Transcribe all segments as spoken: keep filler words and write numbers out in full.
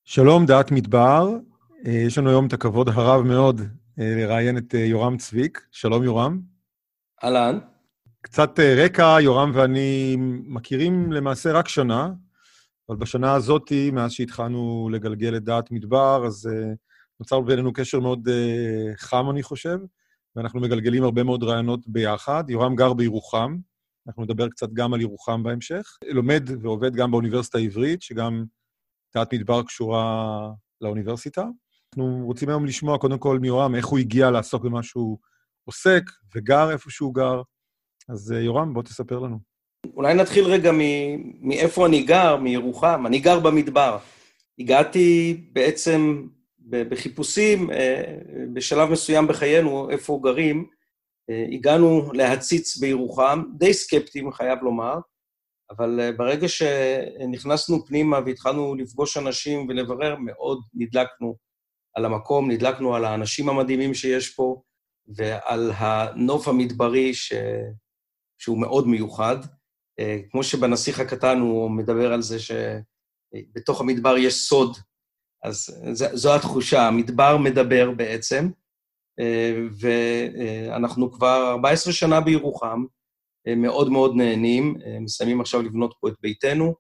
שלום, דעת מדבר. יש לנו היום את הכבוד הרב מאוד לראיין את יורם צביק. שלום, יורם. אהלן. קצת רקע, יורם ואני מכירים למעשה רק שנה, אבל בשנה הזאת, מאז שהתחלנו לגלגל את דעת מדבר, אז נוצר בינינו קשר מאוד חם, אני חושב, ואנחנו מגלגלים הרבה מאוד רעיונות ביחד. יורם גר בירוחם, אנחנו נדבר קצת גם על ירוחם בהמשך. לומד ועובד גם באוניברסיטה העברית, שגם דעת מדבר קשורה לאוניברסיטה. אנחנו רוצים היום לשמוע קודם כל מיורם, איך הוא הגיע לעסוק במה שהוא עוסק, וגר איפה שהוא גר. אז יורם, בוא תספר לנו. אולי נתחיל רגע מ- מאיפה אני גר, מירוחם. אני גר במדבר. הגעתי בעצם ב- בחיפושים, בשלב מסוים בחיינו, איפה גרים, הגענו להציץ בירוחם, די סקפטיים, חייב לומר, אבל ברגע שנכנסנו פנימה והתחלנו לפגוש אנשים ולברר, מאוד נדלקנו על המקום, נדלקנו על האנשים המדהימים שיש פה, ועל הנוף המדברי ש... שהוא מאוד מיוחד. כמו שבנסיך הקטן הוא מדבר על זה שבתוך המדבר יש סוד, אז זו התחושה, המדבר מדבר בעצם, ואנחנו כבר ארבע עשרה שנה בירוחם, מאוד מאוד נהנים, מסיימים עכשיו לבנות פה את ביתנו.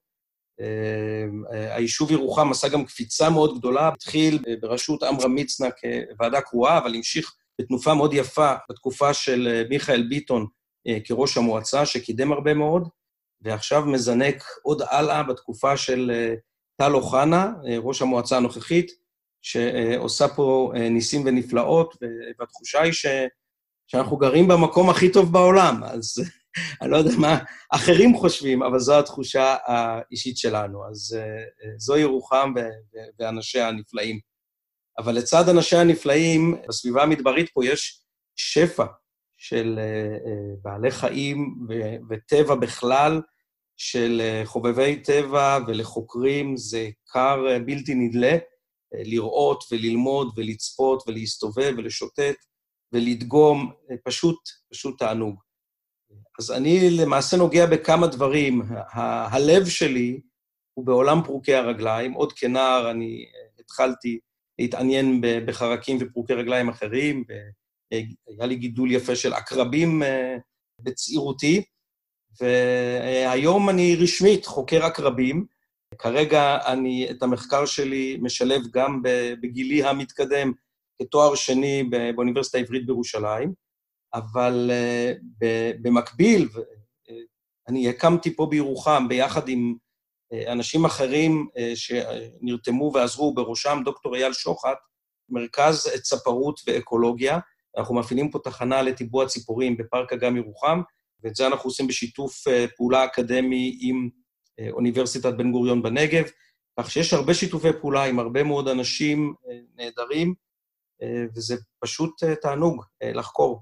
היישוב ירוחם עשה גם קפיצה מאוד גדולה, התחיל בראשות עמרם מצנע כוועדה קרואה, אבל המשיך בתנופה מאוד יפה בתקופה של מיכאל ביטון כראש המועצה, שקידם הרבה מאוד, ועכשיו מזנק עוד הלאה בתקופה של טל אוחנה, ראש המועצה הנוכחית, שעושה פה ניסים ונפלאות, והתחושה היא ש... שאנחנו גרים במקום הכי טוב בעולם, אז אני לא יודע מה אחרים חושבים, אבל זו התחושה האישית שלנו. אז זו ירוחם ואנשיה הנפלאים. אבל לצד אנשיה הנפלאים, בסביבה המדברית פה יש שפע של בעלי חיים וטבע בכלל, של חובבי טבע ולחוקרים, זה קר בלתי נדלה, לראות וללמוד ולצפות ולהסתובב ולשוטט ולדגום, פשוט, פשוט תענוג. אז אני למעשה נוגע בכמה דברים. ה- הלב שלי הוא בעולם פרוקי הרגליים. עוד כנער אני התחלתי להתעניין בחרקים ופרוקי רגליים אחרים, והיה לי גידול יפה של עקרבים בצעירותי, והיום אני רשמית חוקר עקרבים. כרגע אני את המחקר שלי משלב גם בגילי המתקדם כתואר שני באוניברסיטה העברית בירושלים, אבל uh, במקביל, uh, אני הקמתי פה בירוחם ביחד עם uh, אנשים אחרים uh, שנרתמו ועזרו, בראשם דוקטור אייל שוחט, מרכז צפרות ואקולוגיה. אנחנו מפעילים פה תחנה לטיבוע ציפורים בפארק אגם ירוחם, ואת זה אנחנו עושים בשיתוף uh, פעולה אקדמי עם uh, אוניברסיטת בן גוריון בנגב, כך שיש הרבה שיתופי פעולה עם הרבה מאוד אנשים uh, נהדרים, uh, וזה פשוט uh, תענוג uh, לחקור.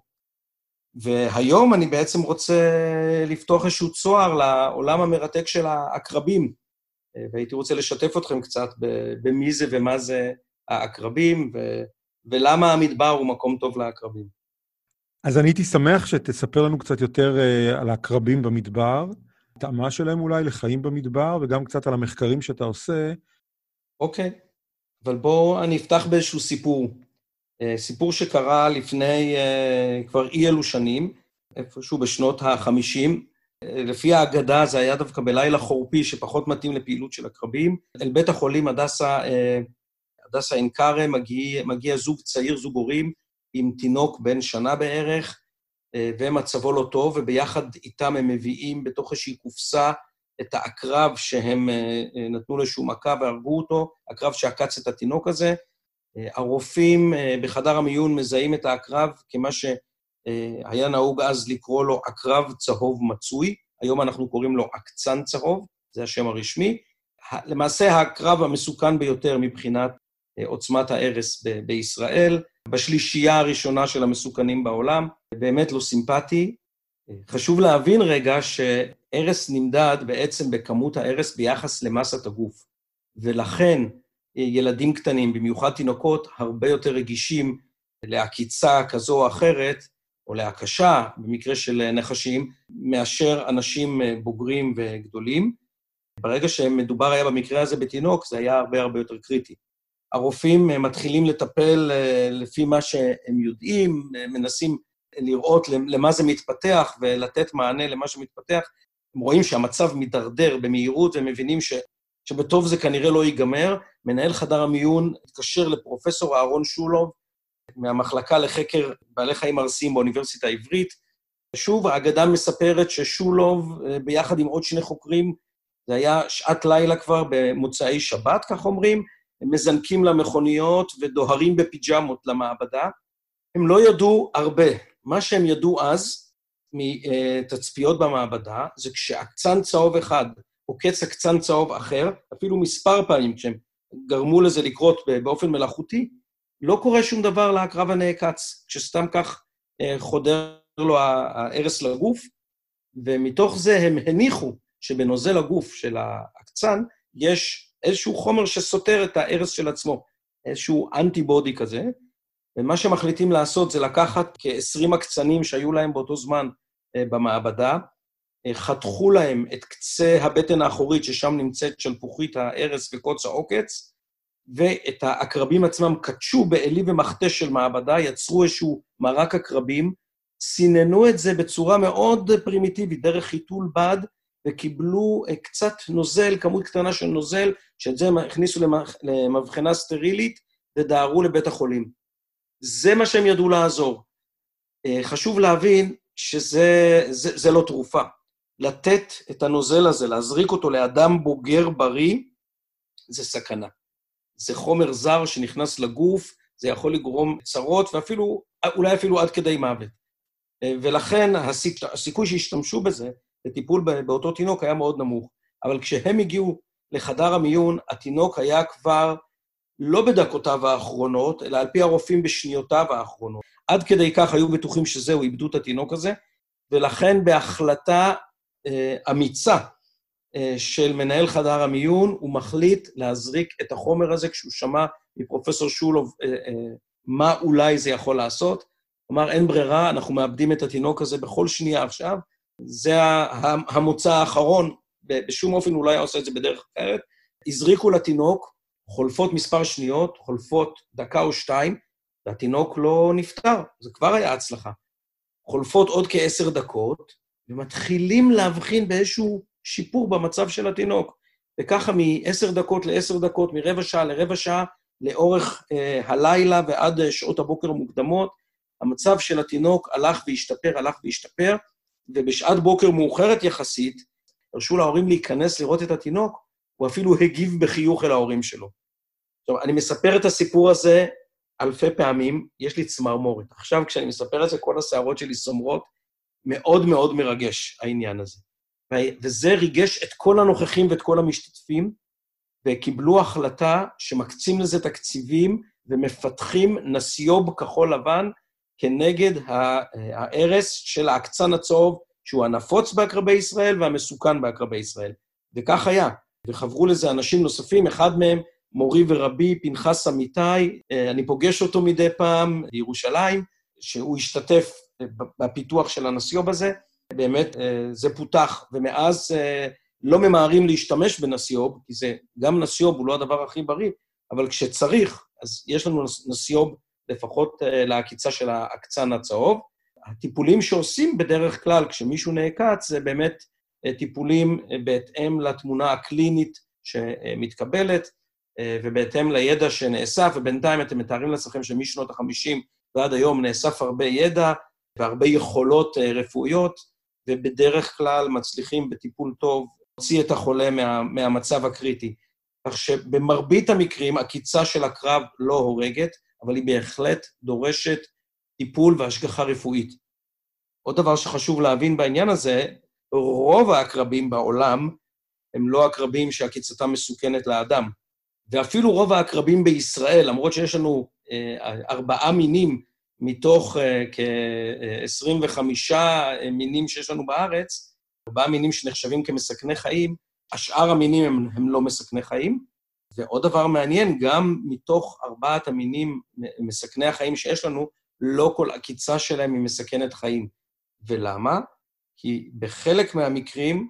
והיום אני בעצם רוצה לפתוח איזשהו צוהר לעולם המרתק של העקרבים, והייתי רוצה לשתף אתכם קצת במי זה ומה זה העקרבים, ו- ולמה המדבר הוא מקום טוב לעקרבים. אז אני הייתי שמח שתספר לנו קצת יותר על העקרבים במדבר, טעמה שלהם אולי לחיים במדבר, וגם קצת על המחקרים שאתה עושה. אוקיי, אבל בואו אני אפתח באיזשהו סיפור. סיפור שקרה לפני uh, כבר אי אלו שנים, איפשהו בשנות ה-חמישים. לפי האגדה זה היה דווקא בלילה חורפי שפחות מתאים לפעילות של עקרבים. אל בית החולים הדסה, uh, הדסה עין כרם מגיע, מגיע זוג צעיר, זוג הורים, עם תינוק בן שנה בערך, uh, ומצבו לא טוב, וביחד איתם הם מביאים בתוך איזושהי קופסה את העקרב שהם uh, uh, נתנו לשום מכה והרגו אותו, עקרב שעקץ את התינוק הזה. הרופאים בחדר המיון מזהים את העקרב כמה שהיה נהוג אז לקרוא לו עקרב צהוב מצוי, היום אנחנו קוראים לו עקצן צהוב, זה השם הרשמי. למעשה העקרב המסוכן ביותר מבחינת עוצמת ההרס ב- בישראל, בשלישייה הראשונה של המסוכנים בעולם, באמת לא סימפטי. חשוב להבין רגע שהרס נמדד בעצם בכמות ההרס ביחס למסת הגוף, ולכן ילדים קטנים, במיוחד תינוקות, הרבה יותר רגישים לעקיצה כזו או אחרת, או להקשה, במקרה של נחשים, מאשר אנשים בוגרים וגדולים. ברגע שמדובר היה במקרה הזה בתינוק, זה היה הרבה הרבה יותר קריטי. הרופאים מתחילים לטפל לפי מה שהם יודעים, מנסים לראות למה זה מתפתח ולתת מענה למה שמתפתח. הם רואים שהמצב מתדרדר במהירות ומבינים ש, שבטוב זה כנראה לא ייגמר. מנהל חדר המיון התקשר לפרופסור אהרון שולוב, מהמחלקה לחקר בעלי חיים ארסיים באוניברסיטה העברית. שוב, האגדה מספרת ששולוב, ביחד עם עוד שני חוקרים, זה היה שעת לילה כבר במוצאי שבת, כך אומרים, הם מזנקים למכוניות ודוהרים בפיג'מות למעבדה. הם לא ידעו הרבה. מה שהם ידעו אז, מתצפיות במעבדה, זה כשהקצן צהוב אחד עוקץ הקצן צהוב אחר, אפילו מספר פעמים כשהם גרמו לזה לקרות באופן מלאכותי, לא קורה שום דבר לעקרב הנעקץ, כשסתם כך חודר לו הערס לגוף, ומתוך זה הם הניחו שבנוזל הגוף של הקצן יש איזשהו חומר שסותר את הערס של עצמו, איזשהו אנטיבודי כזה, ומה שמחליטים לעשות זה לקחת כ-עשרים הקצנים שהיו להם באותו זמן במעבדה, חתכו להם את קצה הבטן האחורית ששם נמצאת שלפוחית הערס וקוץ העוקץ, ואת העקרבים עצמם קדשו באלי ומכתש של מעבדה, יצרו איזשהו מרק עקרבים, סיננו את זה בצורה מאוד פרימיטיבית, דרך חיתול בד, וקיבלו קצת נוזל, כמות קטנה של נוזל, שאת זה הכניסו למבחנה סטרילית, ודהרו לבית החולים. זה מה שהם ידעו לעזור. חשוב להבין שזה זה, זה לא תרופה. לתת את הנוזל הזה, להזריק אותו לאדם בוגר בריא, זה סכנה. זה חומר זר שנכנס לגוף, זה יכול לגרום צרות, ואפילו, אולי אפילו עד כדי מוות. ולכן הסיכ... הסיכוי שהשתמשו בזה, לטיפול באותו תינוק היה מאוד נמוך. אבל כשהם הגיעו לחדר המיון, התינוק היה כבר לא בדקותיו האחרונות, אלא על פי הרופאים בשניותיו האחרונות. עד כדי כך היו בטוחים שזהו, איבדו את התינוק הזה, ולכן בהחלטה אה, אמיצה אה, של מנהל חדר המיון, הוא מחליט להזריק את החומר הזה, כשהוא שמע מפרופסור שולוב אה, אה, מה אולי זה יכול לעשות. כלומר, אין ברירה, אנחנו מאבדים את התינוק הזה בכל שנייה עכשיו, זה המוצא האחרון, בשום אופן אולי עושה את זה בדרך אחרת. הזריקו לתינוק, חולפות מספר שניות, חולפות דקה או שתיים, והתינוק לא נפטר, זה כבר היה הצלחה. חולפות עוד כעשר דקות, ומתחילים להבחין באיזשהו שיפור במצב של התינוק. וככה מעשר דקות לעשר דקות, מרבע שעה לרבע שעה, לאורך אה, הלילה ועד שעות הבוקר המוקדמות, המצב של התינוק הלך והשתפר, הלך והשתפר, ובשעת בוקר מאוחרת יחסית, הרשו להורים להיכנס לראות את התינוק, הוא אפילו הגיב בחיוך אל ההורים שלו. עכשיו, אני מספר את הסיפור הזה אלפי פעמים, יש לי צמרמורת. עכשיו, כשאני מספר את זה, כל השערות שלי סומרות, מאוד מאוד מרגש העניין הזה. וזה ריגש את כל הנוכחים ואת כל המשתתפים, וקיבלו החלטה שמקצים לזה תקציבים, ומפתחים נסיוב כחול לבן, כנגד הערס של הקצן הצהוב, שהוא הנפוץ בעקרבי ישראל והמסוכן בעקרבי ישראל. וכך היה. וחברו לזה אנשים נוספים, אחד מהם, מורי ורבי, פנחס אמיתי, אני פוגש אותו מדי פעם בירושלים, שהוא השתתף בפיתוח של הנסיוב הזה, באמת זה פותח, ומאז לא ממהרים להשתמש בנסיוב, כי זה, גם נסיוב הוא לא הדבר הכי בריא, אבל כשצריך, אז יש לנו נסיוב לפחות להקיצה של הקצן הצהוב. הטיפולים שעושים בדרך כלל, כשמישהו נעקץ, זה באמת טיפולים בהתאם לתמונה הקלינית שמתקבלת, ובהתאם לידע שנאסף, ובינתיים אתם מתארים לעצמכם שמשנות ה-חמישים ועד היום נאסף הרבה ידע והרבה יכולות רפואיות, ובדרך כלל מצליחים בטיפול טוב להוציא את החולה מה, מהמצב הקריטי. כך שבמרבית המקרים הקיצה של הקרב לא הורגת, אבל היא בהחלט דורשת טיפול והשגחה רפואית. עוד דבר שחשוב להבין בעניין הזה, רוב העקרבים בעולם הם לא עקרבים שהקיצתם מסוכנת לאדם. ואפילו רוב העקרבים בישראל, למרות שיש לנו אה, ארבעה מינים מתוך אה, כ-עשרים וחמישה מינים שיש לנו בארץ, ארבעה מינים שנחשבים כמסכני חיים, השאר המינים הם, הם לא מסכני חיים. ועוד דבר מעניין, גם מתוך ארבעת המינים מסכני החיים שיש לנו, לא כל הקיצה שלהם היא מסכנת חיים. ולמה? כי בחלק מהמקרים,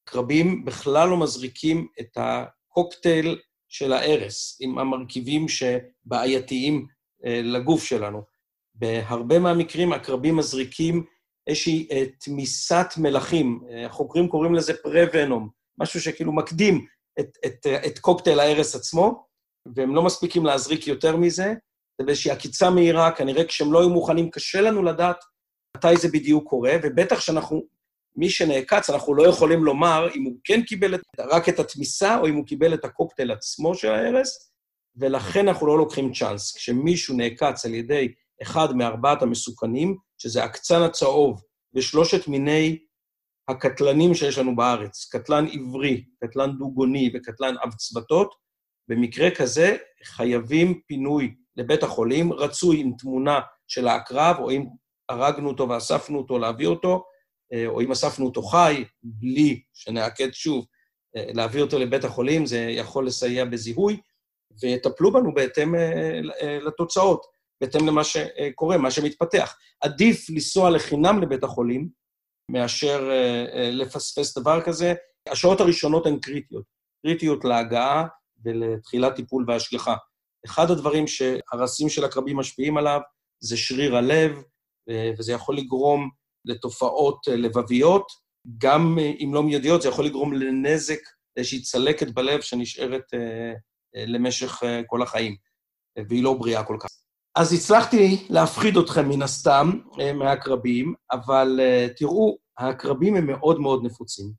הקרבים בכלל לא מזריקים את הקוקטייל של ההרס, עם המרכיבים שבעייתיים לגוף שלנו. בהרבה מהמקרים הקרבים מזריקים איזושהי תמיסת מלחים, החוקרים קוראים לזה פרה-ונום, משהו שכאילו מקדים את, את, את קוקטייל ההרס עצמו, והם לא מספיקים להזריק יותר מזה, זה באיזושהי עקיצה מהירה, כנראה כשהם לא היו מוכנים, קשה לנו לדעת מתי זה בדיוק קורה, ובטח שאנחנו, מי שנעקץ, אנחנו לא יכולים לומר אם הוא כן קיבל את, רק את התמיסה, או אם הוא קיבל את הקוקטייל עצמו של ההרס, ולכן אנחנו לא לוקחים צ'אנס. כשמישהו נעקץ על ידי אחד מארבעת המסוכנים, שזה הקצן הצהוב, ושלושת מיני הקטלנים שיש לנו בארץ, קטלן עברי, קטלן דוגוני וקטלן אבצבתות, במקרה כזה חייבים פינוי לבית החולים, רצוי עם תמונה של העקרב, או אם הרגנו אותו ואספנו אותו להביא אותו, או אם אספנו אותו חי, בלי שנעקד שוב, להביא אותו לבית החולים, זה יכול לסייע בזיהוי, ויטפלו בנו בהתאם לתוצאות, בהתאם למה שקורה, מה שמתפתח. עדיף לנסוע לחינם לבית החולים, מאשר לפספס דבר כזה. השעות הראשונות הן קריטיות, קריטיות להגעה ולתחילת טיפול והשגחה. אחד הדברים שהרסים של הקרבים משפיעים עליו, זה שריר הלב, וזה יכול לגרום לתופעות לבביות, גם אם לא מיידיות, זה יכול לגרום לנזק, איזושהי צלקת בלב שנשארת למשך כל החיים, והיא לא בריאה כל כך. אז הצלחתי להפחיד אתכם מן הסתם מהקרבים, אבל תראו, הקרבים הם מאוד מאוד נפוצים.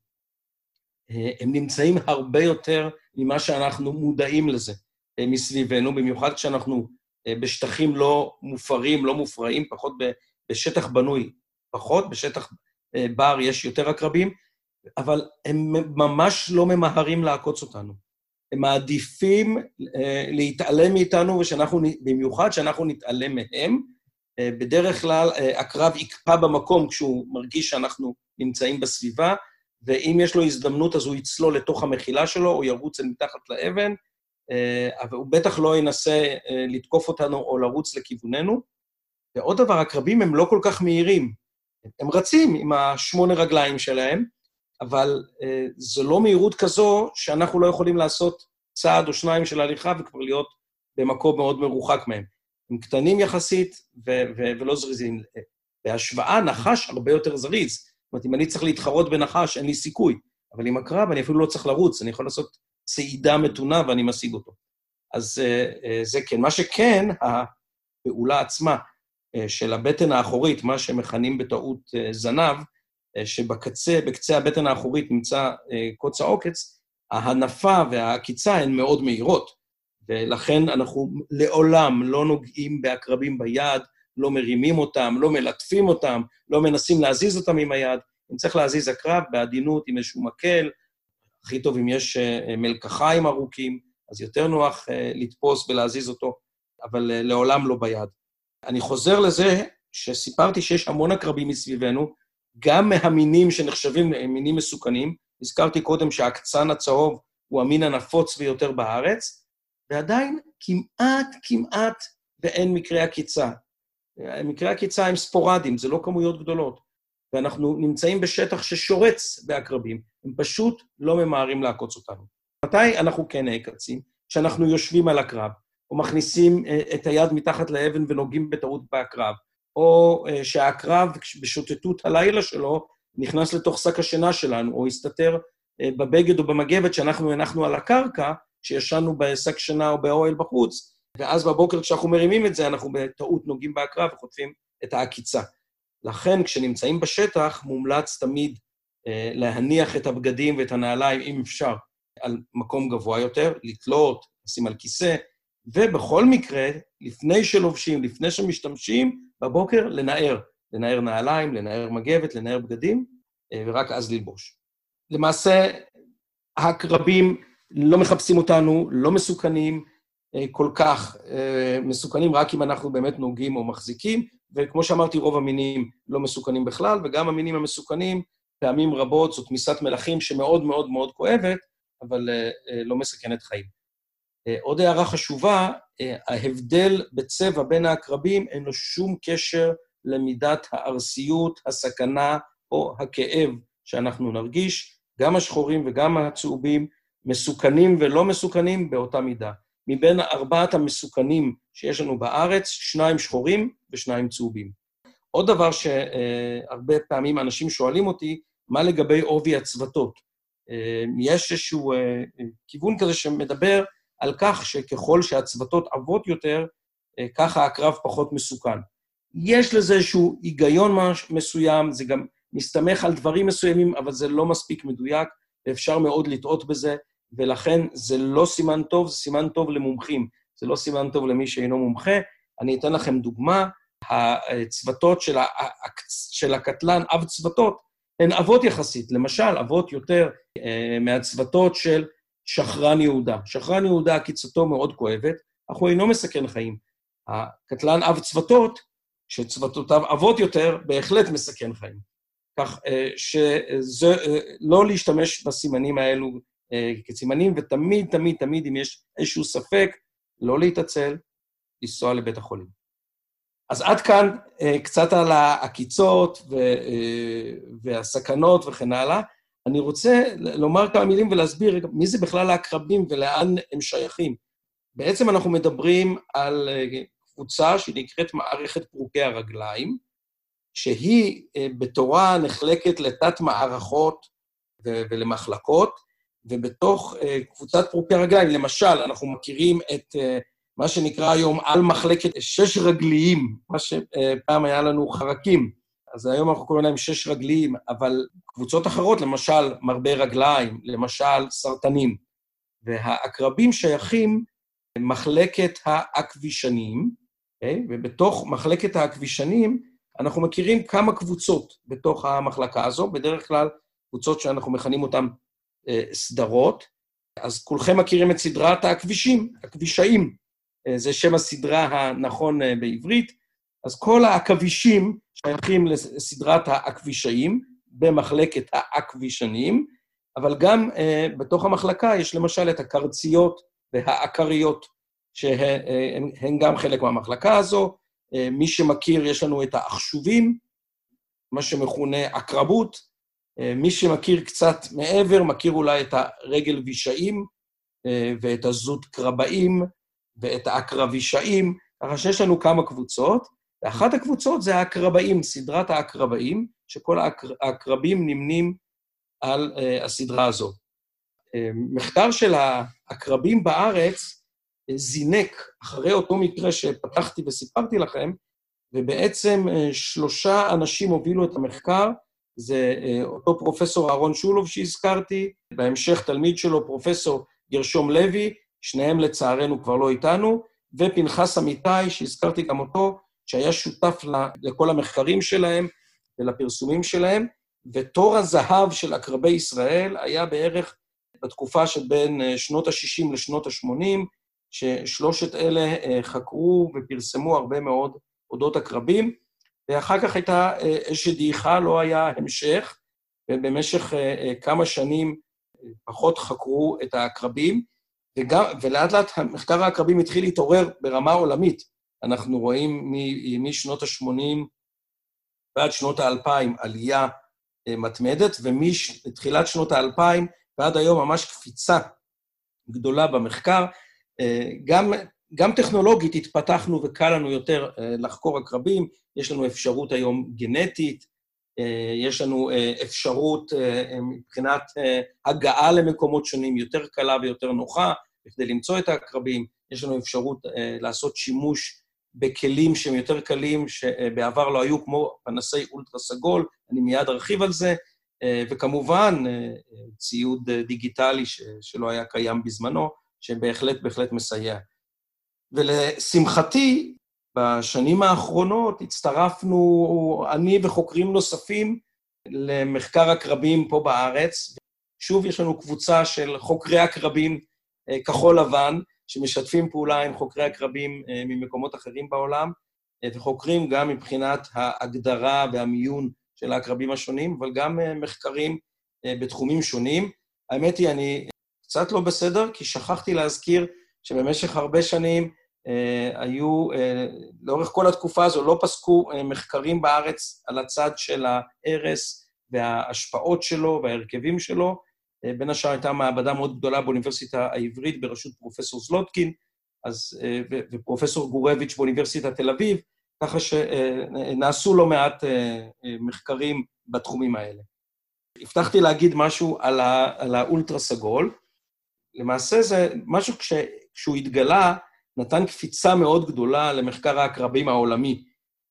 הם נמצאים הרבה יותר ממה שאנחנו מודעים לזה מסביבנו, במיוחד כשאנחנו בשטחים לא מופרים, לא מופרעים, פחות בשטח בנוי, פחות, בשטח בר יש יותר הקרבים, אבל הם ממש לא ממהרים לעקוץ אותנו. הם מעדיפים להתעלם מאיתנו, ושאנחנו, במיוחד שאנחנו נתעלם מהם, בדרך כלל הקרב יקפא במקום כשהוא מרגיש שאנחנו נמצאים בסביבה, ואם יש לו הזדמנות אז הוא יצלול לתוך המחילה שלו, או ירוץ אל מתחת לאבן, אבל הוא בטח לא ינסה לתקוף אותנו או לרוץ לכיווננו. ועוד דבר, הקרבים הם לא כל כך מהירים. הם רצים עם השמונה רגליים שלהם, אבל זו לא מהירות כזו שאנחנו לא יכולים לעשות צעד או שניים של הליכה וכבר להיות במקום מאוד מרוחק מהם. הם קטנים יחסית ו- ו- ולא זריזים. בהשוואה, נחש הרבה יותר זריז. זאת אומרת, אם אני צריך להתחרות בנחש, אין לי סיכוי. אבל עם הקרב אני אפילו לא צריך לרוץ, אני יכול לעשות צעידה מתונה ואני משיג אותו. אז זה כן. מה שכן, הפעולה עצמה של הבטן האחורית, מה שמכנים בטעות זנב, שבקצה, בקצה הבטן האחורית נמצא קוץ העוקץ, ההנפה והעקיצה הן מאוד מהירות, ולכן אנחנו לעולם לא נוגעים בעקרבים ביד, לא מרימים אותם, לא מלטפים אותם, לא מנסים להזיז אותם עם היד, אם צריך להזיז הקרב בעדינות עם איזשהו מקל, הכי טוב אם יש מלקחיים ארוכים, אז יותר נוח לתפוס ולהזיז אותו, אבל לעולם לא ביד. אני חוזר לזה שסיפרתי שיש המון הקרבים מסביבנו, גם מהמינים שנחשבים מינים מסוכנים, הזכרתי קודם שהקצן הצהוב הוא המין הנפוץ ביותר בארץ, ועדיין כמעט, כמעט ואין מקרי עקיצה. מקרי עקיצה הם ספורדיים, זה לא כמויות גדולות, ואנחנו נמצאים בשטח ששורץ בעקרבים, הם פשוט לא ממהרים לעקוץ אותנו. מתי אנחנו כן נעקצים? כשאנחנו יושבים על הקרב, או מכניסים את היד מתחת לאבן ונוגעים בטעות בעקרב, או שהעקרב בשוטטות הלילה שלו נכנס לתוך שק השינה שלנו, או הסתתר בבגד או במגבת שאנחנו הנחנו על הקרקע, שישנו בשק שינה או באוהל בחוץ, ואז בבוקר כשאנחנו מרימים את זה, אנחנו בטעות נוגעים בעקרב וחוטפים את העקיצה. לכן כשנמצאים בשטח, מומלץ תמיד להניח את הבגדים ואת הנעליים, אם אפשר, על מקום גבוה יותר, לתלות, לשים על כיסא, ובכל מקרה, לפני שלובשים, לפני שמשתמשים, בבוקר לנער, לנער נעליים, לנער מגבת, לנער בגדים, ורק אז ללבוש. למעשה, הקרבים לא מחפשים אותנו, לא מסוכנים, כל כך מסוכנים, רק אם אנחנו באמת נוגעים או מחזיקים, וכמו שאמרתי, רוב המינים לא מסוכנים בכלל, וגם המינים המסוכנים, פעמים רבות, זאת תמיסת מלחים שמאוד מאוד מאוד כואבת, אבל לא מסכנת חיים. עוד הערה חשובה, ההבדל בצבע בין העקרבים אין לו שום קשר למידת הארסיות, הסכנה או הכאב שאנחנו נרגיש. גם השחורים וגם הצהובים, מסוכנים ולא מסוכנים באותה מידה. מבין ארבעת המסוכנים שיש לנו בארץ, שניים שחורים ושניים צהובים. עוד דבר שהרבה פעמים אנשים שואלים אותי, מה לגבי עובי הצוותות? יש איזשהו כיוון כזה שמדבר על כך שככל שהצוותות עבות יותר, ככה הקרב פחות מסוכן. יש לזה איזשהו היגיון מסוים, זה גם מסתמך על דברים מסוימים, אבל זה לא מספיק מדויק, ואפשר מאוד לטעות בזה, ולכן זה לא סימן טוב, זה סימן טוב למומחים, זה לא סימן טוב למי שאינו מומחה. אני אתן לכם דוגמה, הצוותות של, ה- של הקטלן, אב צוותות, הן אבות יחסית, למשל, אבות יותר אה, מהצוותות של שחרן יהודה. שחרן יהודה, קיצתו מאוד כואבת, אך הוא אינו מסכן חיים. הקטלן אב צוותות, שצוותותיו אבות יותר, בהחלט מסכן חיים. כך אה, שזה אה, לא להשתמש בסימנים האלו אה, כסימנים, ותמיד, תמיד, תמיד, אם יש איזשהו ספק, לא להתעצל, לנסוע לבית החולים. אז עד כאן קצת על העקיצות והסכנות וכן הלאה. אני רוצה לומר כמה מילים ולהסביר מי זה בכלל העקרבים ולאן הם שייכים. בעצם אנחנו מדברים על קבוצה שנקראת מערכת פרוקי הרגליים, שהיא בתורה נחלקת לתת מערכות ולמחלקות, ובתוך קבוצת פרוקי הרגליים, למשל, אנחנו מכירים את מה שנקרא היום על מחלקת שש רגליים, מה שפעם היה לנו חרקים, אז היום אנחנו קוראים להם שש רגליים, אבל קבוצות אחרות, למשל מרבה רגליים, למשל סרטנים, והעקרבים שייכים מחלקת העקבישנים, okay? ובתוך מחלקת העקבישנים אנחנו מכירים כמה קבוצות בתוך המחלקה הזו, בדרך כלל קבוצות שאנחנו מכנים אותן אה, סדרות, אז כולכם מכירים את סדרת העקבישים, עקבישאים, זה שם הסדרה הנכון בעברית, אז כל העכבישים שייכים לסדרת העכבישאים במחלקת העכבישנים, אבל גם uh, בתוך המחלקה יש למשל את הקרציות והעקריות, שהן גם חלק מהמחלקה הזו. Uh, מי שמכיר, יש לנו את האחשובים, מה שמכונה עקרבות, uh, מי שמכיר קצת מעבר, מכיר אולי את הרגל וישאים, uh, ואת הזות קרבאים, ואת העקרבישאים, ככה שיש לנו כמה קבוצות, ואחת הקבוצות זה העקרבאים, סדרת העקרבאים, שכל העקרבים נמנים על uh, הסדרה הזו. Uh, מחקר של העקרבים בארץ uh, זינק אחרי אותו מקרה שפתחתי וסיפרתי לכם, ובעצם uh, שלושה אנשים הובילו את המחקר, זה uh, אותו פרופסור אהרון שולוב שהזכרתי, בהמשך תלמיד שלו פרופסור גרשום לוי, שניהם לצערנו כבר לא איתנו, ופנחס אמיתי, שהזכרתי גם אותו, שהיה שותף לכל המחקרים שלהם ולפרסומים שלהם, ותור הזהב של עקרבי ישראל היה בערך בתקופה שבין שנות ה-שישים לשנות ה-שמונים, ששלושת אלה חקרו ופרסמו הרבה מאוד אודות עקרבים, ואחר כך הייתה איזושהי דעיכה, לא היה המשך, ובמשך כמה שנים פחות חקרו את העקרבים, וגם, ולאט לאט המחקר העקרבים התחיל להתעורר ברמה עולמית. אנחנו רואים משנות ה-שמונים ועד שנות ה-אלפיים עלייה מתמדת, ומתחילת שנות ה-אלפיים ועד היום ממש קפיצה גדולה במחקר. גם, גם טכנולוגית התפתחנו וקל לנו יותר לחקור עקרבים, יש לנו אפשרות היום גנטית, יש לנו אפשרות מבחינת הגעה למקומות שונים יותר קלה ויותר נוחה, בכדי למצוא את העקרבים, יש לנו אפשרות לעשות שימוש בכלים שהם יותר קלים, שבעבר לא היו כמו פנסי אולטרה סגול, אני מיד ארחיב על זה, וכמובן ציוד דיגיטלי שלא היה קיים בזמנו, שבהחלט בהחלט מסייע. ולשמחתי, בשנים האחרונות הצטרפנו, אני וחוקרים נוספים, למחקר עקרבים פה בארץ. שוב יש לנו קבוצה של חוקרי עקרבים כחול לבן, שמשתפים פעולה עם חוקרי עקרבים ממקומות אחרים בעולם, וחוקרים גם מבחינת ההגדרה והמיון של העקרבים השונים, אבל גם מחקרים בתחומים שונים. האמת היא, אני קצת לא בסדר, כי שכחתי להזכיר שבמשך הרבה שנים, Uh, היו, uh, לאורך כל התקופה הזו, לא פסקו uh, מחקרים בארץ על הצד של ההרס וההשפעות שלו וההרכבים שלו. בין השאר הייתה מעבדה מאוד גדולה באוניברסיטה העברית בראשות פרופסור זלוטקין, אז, ופרופסור גורביץ' באוניברסיטת תל אביב, ככה שנעשו לא מעט מחקרים בתחומים האלה. הבטחתי להגיד משהו על, ה, על האולטרה סגול. למעשה זה משהו כש, כשהוא התגלה, נתן קפיצה מאוד גדולה למחקר העקרבים העולמי.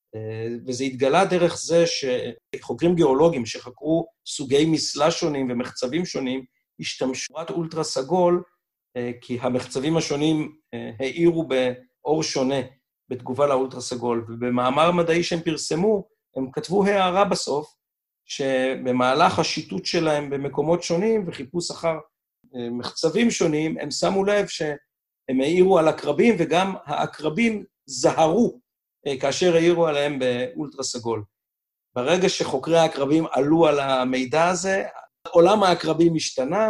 וזה התגלה דרך זה שחוקרים גיאולוגיים שחקרו סוגי מסלה שונים ומחצבים שונים, השתמשו רק אולטרה סגול, כי המחצבים השונים האירו באור שונה בתגובה לאולטרה סגול. ובמאמר מדעי שהם פרסמו, הם כתבו הערה בסוף, שבמהלך השיטוט שלהם במקומות שונים וחיפוש אחר מחצבים שונים, הם שמו לב שהם העירו על עקרבים, וגם העקרבים זהרו כאשר העירו עליהם באולטרה סגול. ברגע שחוקרי העקרבים עלו על המידע הזה, עולם העקרבים השתנה,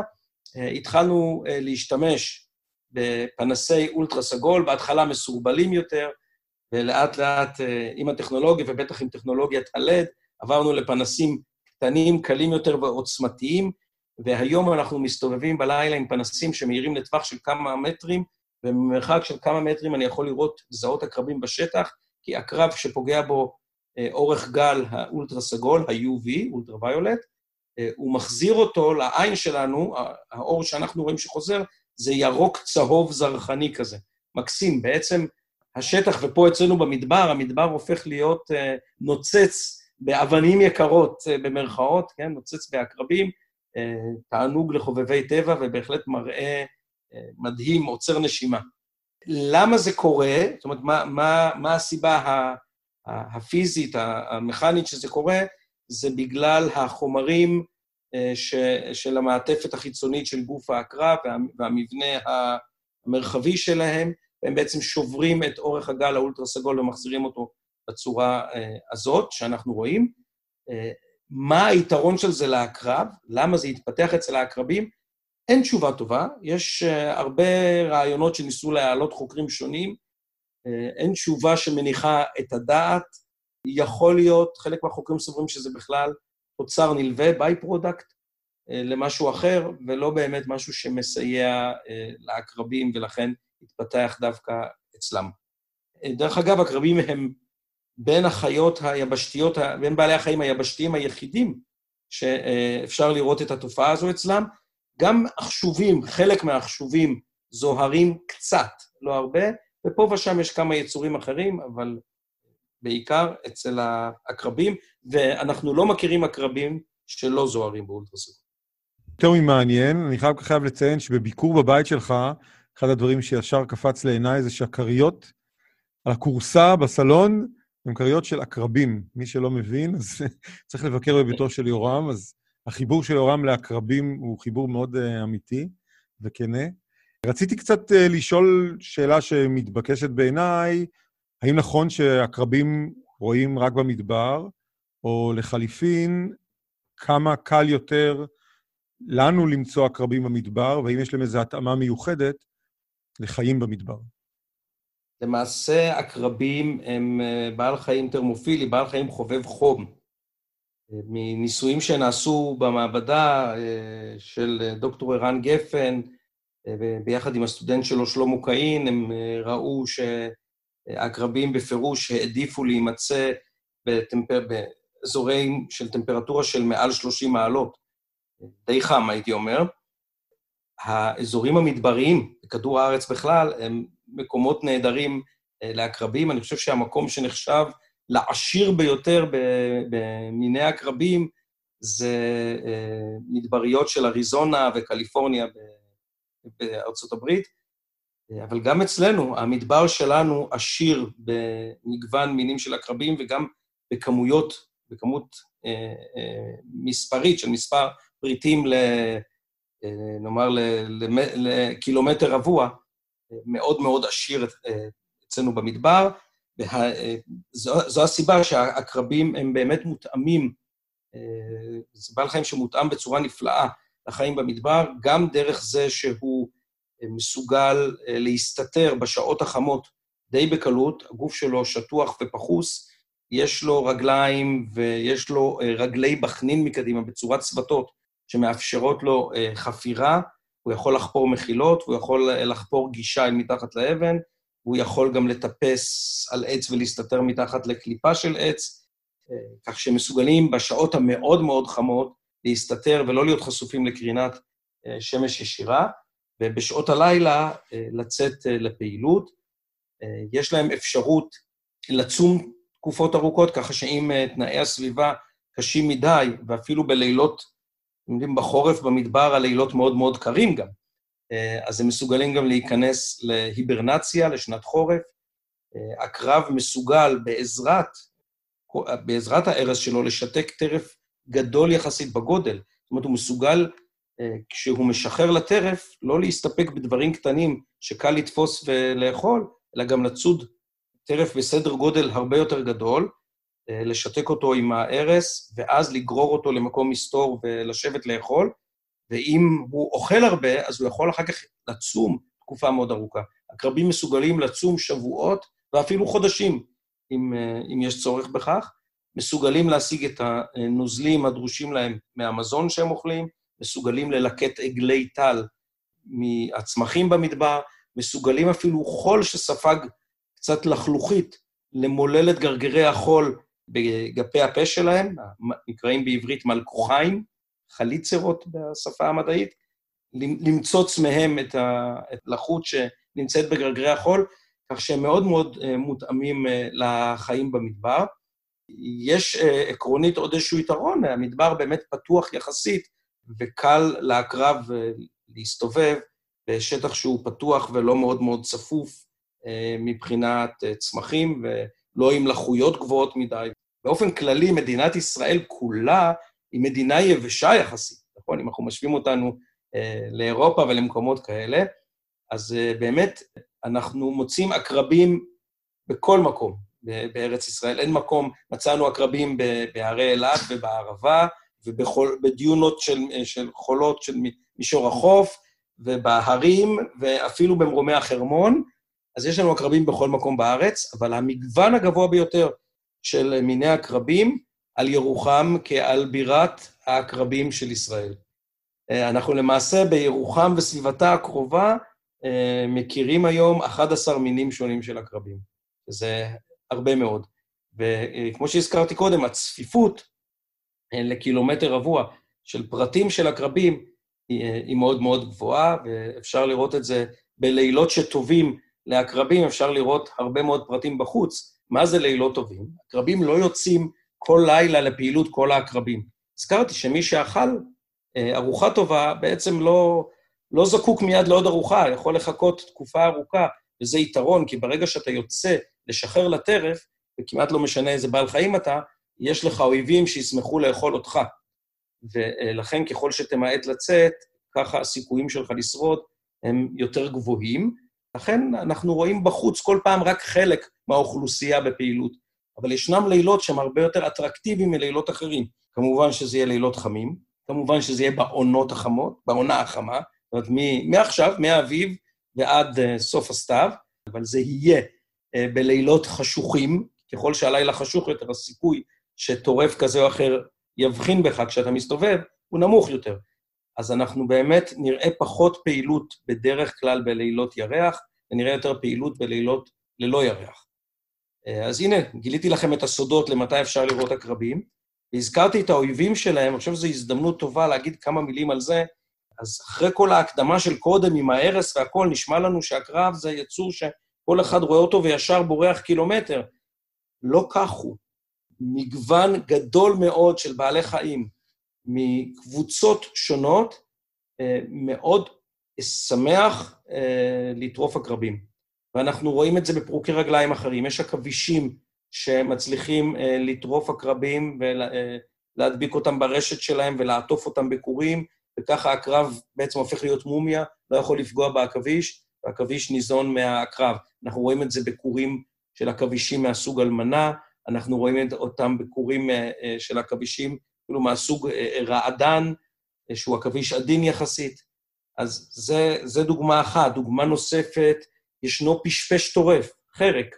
התחלנו להשתמש בפנסי אולטרה סגול, בהתחלה מסורבלים יותר, ולאט לאט עם הטכנולוגיה, ובטח עם טכנולוגיית הלד, עברנו לפנסים קטנים, קלים יותר ועוצמתיים, והיום אנחנו מסתובבים בלילה עם פנסים שמאירים לטווח של כמה מטרים, ובמרחק של כמה מטרים אני יכול לראות זהות עקרבים בשטח, כי עקרב שפוגע בו אורך גל האולטרה סגול, ה-יו וי, אולטרה ויולט, הוא מחזיר אותו לעין שלנו, האור שאנחנו רואים שחוזר, זה ירוק צהוב זרחני כזה, מקסים. בעצם השטח, ופה אצלנו במדבר, המדבר הופך להיות נוצץ באבנים יקרות במרכאות, כן? נוצץ בעקרבים, תענוג לחובבי טבע, ובהחלט מראה מדהים, עוצר נשימה. למה זה קורה? זאת אומרת, מה, מה, מה הסיבה הפיזית, המכנית שזה קורה? זה בגלל החומרים ש, של המעטפת החיצונית של גוף העקרב, והמבנה המרחבי שלהם, והם בעצם שוברים את אורך הגל האולטרה סגול ומחזירים אותו בצורה הזאת שאנחנו רואים. מה היתרון של זה לעקרב? למה זה יתפתח אצל העקרבים? אין תשובה טובה. יש הרבה רעיונות שניסו להעלות חוקרים שונים. אין תשובה שמניחה את הדעת. יכול להיות, חלק מהחוקרים סוברים שזה בכלל תוצר נלווה, ביי פרודקט, למשהו אחר, ולא באמת משהו שמסייע לעקרבים, ולכן התפתח דווקא אצלם. דרך אגב, עקרבים הם בין החיות היבשתיות, בין בעלי החיים היבשתיים היחידים, שאפשר לראות את התופעה הזו אצלם. גם החשובים, חלק מהחשובים זוהרים קצת, לא הרבה, ופה ושם יש כמה יצורים אחרים, אבל בעיקר אצל העקרבים, ואנחנו לא מכירים עקרבים שלא זוהרים באולטרה סגול. יותר ממעניין, אני חייב חייב לציין שבביקור בבית שלך, אחד הדברים שישר קפץ לעיניי זה שהקריות על הקורסה בסלון, הם קריות של עקרבים. מי שלא מבין, אז צריך לבקר בביתו של יורם, אז החיבור של יורם לעקרבים הוא חיבור מאוד uh, אמיתי וכנה. רציתי קצת uh, לשאול שאלה שמתבקשת בעיניי, האם נכון שעקרבים רואים רק במדבר, או לחליפין, כמה קל יותר לנו למצוא עקרבים במדבר, והאם יש להם איזו התאמה מיוחדת לחיים במדבר? למעשה, עקרבים הם בעל חיים טרמופילי, בעל חיים חובב חום. מניסויים שנעשו במעבדה של דוקטור ערן גפן, ביחד עם הסטודנט שלו שלמה קאין, הם ראו שהעקרבים בפירוש העדיפו להימצא בטמפר... באזורים של טמפרטורה של מעל שלושים מעלות, די חם הייתי אומר. האזורים המדבריים, בכדור הארץ בכלל, הם מקומות נהדרים לעקרבים. אני חושב שהמקום שנחשב לעשיר ביותר במיני עקרבים, זה מדבריות של אריזונה וקליפורניה בארצות הברית, אבל גם אצלנו, המדבר שלנו עשיר במגוון מינים של עקרבים, וגם בכמויות, בכמות מספרית של מספר פריטים, נאמר, לקילומטר רבוע, מאוד מאוד עשיר אצלנו במדבר, וזו הסיבה שהעקרבים הם באמת מותאמים, זה בעל חיים שמותאם בצורה נפלאה לחיים במדבר, גם דרך זה שהוא מסוגל להסתתר בשעות החמות די בקלות, הגוף שלו שטוח ופחוס, יש לו רגליים ויש לו רגלי בחנין מקדימה בצורת צוותות שמאפשרות לו חפירה, הוא יכול לחפור מחילות, הוא יכול לחפור גישה אל מתחת לאבן, הוא יכול גם לטפס על עץ ולהסתתר מתחת לקליפה של עץ, כך שמסוגלים בשעות המאוד מאוד חמות להסתתר ולא להיות חשופים לקרינת שמש ישירה, ובשעות הלילה לצאת לפעילות. יש להם אפשרות לצום תקופות ארוכות, ככה שאם תנאי הסביבה קשים מדי, ואפילו בלילות, יודעים, בחורף במדבר הלילות מאוד מאוד קרים גם, אז הם מסוגלים גם להיכנס להיברנציה, לשנת חורף. הקרב מסוגל בעזרת, בעזרת הערס שלו לשתק טרף גדול יחסית בגודל. זאת אומרת, הוא מסוגל, כשהוא משחרר לטרף, לא להסתפק בדברים קטנים שקל לתפוס ולאכול, אלא גם לצוד טרף בסדר גודל הרבה יותר גדול, לשתק אותו עם הערס, ואז לגרור אותו למקום מסתור ולשבת לאכול, ואם הוא אוכל הרבה, אז הוא יכול אחר כך לצום תקופה מאוד ארוכה. הקרבים מסוגלים לצום שבועות, ואפילו חודשים, אם, אם יש צורך בכך. מסוגלים להשיג את הנוזלים הדרושים להם מהמזון שהם אוכלים, מסוגלים ללקט עגלי טל מהצמחים במדבר, מסוגלים אפילו חול שספג קצת לחלוכית, למולל את גרגרי החול בגפי הפה שלהם, נקראים בעברית מלקוחיים, חליצרות בשפה המדעית, למצוץ מהם את הלחות שנמצאת בגרגרי החול, כך שהם מאוד מאוד מותאמים לחיים במדבר. יש עקרונית עוד איזשהו יתרון, המדבר באמת פתוח יחסית, וקל לעקרב להסתובב בשטח שהוא פתוח ולא מאוד מאוד צפוף מבחינת צמחים, ולא עם לחות גבוהות מדי. באופן כללי, מדינת ישראל כולה היא מדינה יבשה יחסית, נכון? אם אנחנו משווים אותנו לאירופה ולמקומות כאלה, אז באמת אנחנו מוצאים עקרבים בכל מקום בארץ ישראל. אין מקום, מצאנו עקרבים בערי אילת ובערבה, ובדיונות של, של חולות של מישור החוף, ובהרים, ואפילו במרומי החרמון. אז יש לנו עקרבים בכל מקום בארץ, אבל המגוון הגבוה ביותר של מיני עקרבים על ירוחם כעל בירת העקרבים של ישראל. אנחנו למעשה בירוחם וסביבתה הקרובה מכירים היום אחד עשר מינים שונים של עקרבים. זה הרבה מאוד. וכמו שהזכרתי קודם, הצפיפות לקילומטר רבוע של פרטים של עקרבים היא, היא מאוד מאוד גבוהה, ואפשר לראות את זה בלילות שטובים לעקרבים, אפשר לראות הרבה מאוד פרטים בחוץ. מה זה לילות טובים? עקרבים לא יוצאים כל לילה לפעילות כל העקרבים. הזכרתי שמי שאכל ארוחה טובה בעצם לא, לא זקוק מיד לעוד ארוחה, יכול לחכות תקופה ארוכה, וזה יתרון, כי ברגע שאתה יוצא לשחרר לטרף, וכמעט לא משנה איזה בעל חיים אתה, יש לך אויבים שישמחו לאכול אותך. ולכן ככל שתמעט לצאת, ככה הסיכויים שלך לשרוד הם יותר גבוהים. לכן אנחנו רואים בחוץ כל פעם רק חלק מהאוכלוסייה בפעילות, אבל ישנם לילות שהם הרבה יותר אטרקטיביים מלילות אחרים. כמובן שזה יהיה לילות חמים, כמובן שזה יהיה בעונות החמות, בעונה החמה, זאת אומרת, מעכשיו, מהאביב ועד uh, סוף הסתיו, אבל זה יהיה uh, בלילות חשוכים, ככל שהלילה חשוך יותר, הסיכוי שטורף כזה או אחר יבחין בך כשאתה מסתובב, הוא נמוך יותר. אז אנחנו באמת נראה פחות פעילות בדרך כלל בלילות ירח, ונראה יותר פעילות בלילות ללא ירח. אז הנה, גיליתי לכם את הסודות למתי אפשר לראות עקרבים, והזכרתי את האויבים שלהם, אני חושב שזו הזדמנות טובה להגיד כמה מילים על זה, אז אחרי כל ההקדמה של קודם עם ההרס והכל, נשמע לנו שהקרב זה יצור שכל אחד רואה אותו וישר בורח קילומטר. לא כך הוא. מגוון גדול מאוד של בעלי חיים, מקבוצות שונות, מאוד שמח לטרוף עקרבים. ואנחנו רואים את זה בפרוקי רגליים אחרים. יש עכבישים שמצליחים לטרוף עקרבים ולהדביק אותם ברשת שלהם ולעטוף אותם בקורים, וככה העקרב בעצם הופך להיות מומיה, לא יכול לפגוע בעכביש, והעכביש ניזון מהעקרב. אנחנו רואים את זה בקורים של עכבישים מהסוג אלמנה, אנחנו רואים אותם בקורים של עכבישים, כאילו מהסוג רעדן, שהוא עכביש עדין יחסית. אז זה, זה דוגמה אחת. דוגמה נוספת, ישנו פשפש טורף, חרק,